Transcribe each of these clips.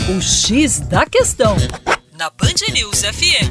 O X da Questão, na Band News FM.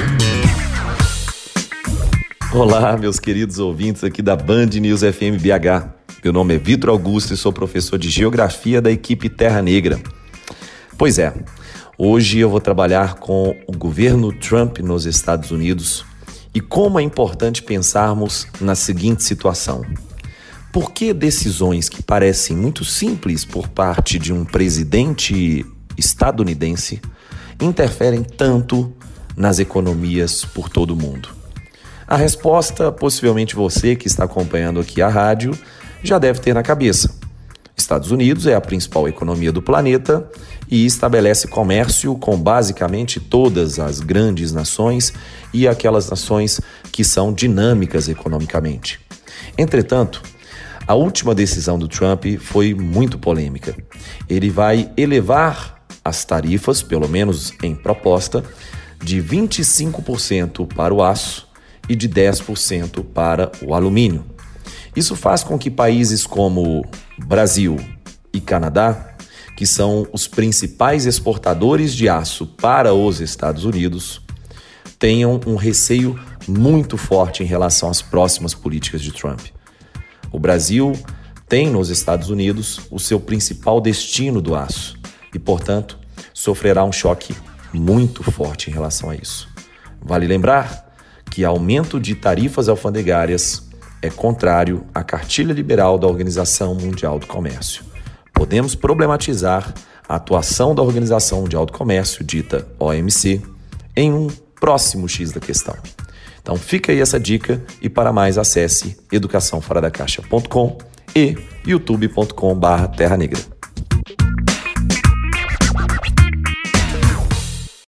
Olá, meus queridos ouvintes aqui da Band News FM BH. Meu nome é Vitor Augusto e sou professor de Geografia da equipe Terra Negra. Pois é, hoje eu vou trabalhar com o governo Trump nos Estados Unidos e como é importante pensarmos na seguinte situação. Por que decisões que parecem muito simples por parte de um presidente estadunidense interferem tanto nas economias por todo o mundo? A resposta, possivelmente você que está acompanhando aqui a rádio, já deve ter na cabeça. Estados Unidos é a principal economia do planeta e estabelece comércio com basicamente todas as grandes nações e aquelas nações que são dinâmicas economicamente. Entretanto, a última decisão do Trump foi muito polêmica. Ele vai elevar as tarifas, pelo menos em proposta, de 25% para o aço e de 10% para o alumínio. Isso faz com que países como Brasil e Canadá, que são os principais exportadores de aço para os Estados Unidos, tenham um receio muito forte em relação às próximas políticas de Trump. O Brasil tem nos Estados Unidos o seu principal destino do aço e, portanto, sofrerá um choque muito forte em relação a isso. Vale lembrar que aumento de tarifas alfandegárias é contrário à cartilha liberal da Organização Mundial do Comércio. Podemos problematizar a atuação da Organização Mundial do Comércio, dita OMC, em um próximo X da Questão. Então fica aí essa dica e para mais acesse educaçãoforadacaixa.com e youtube.com/terra negra.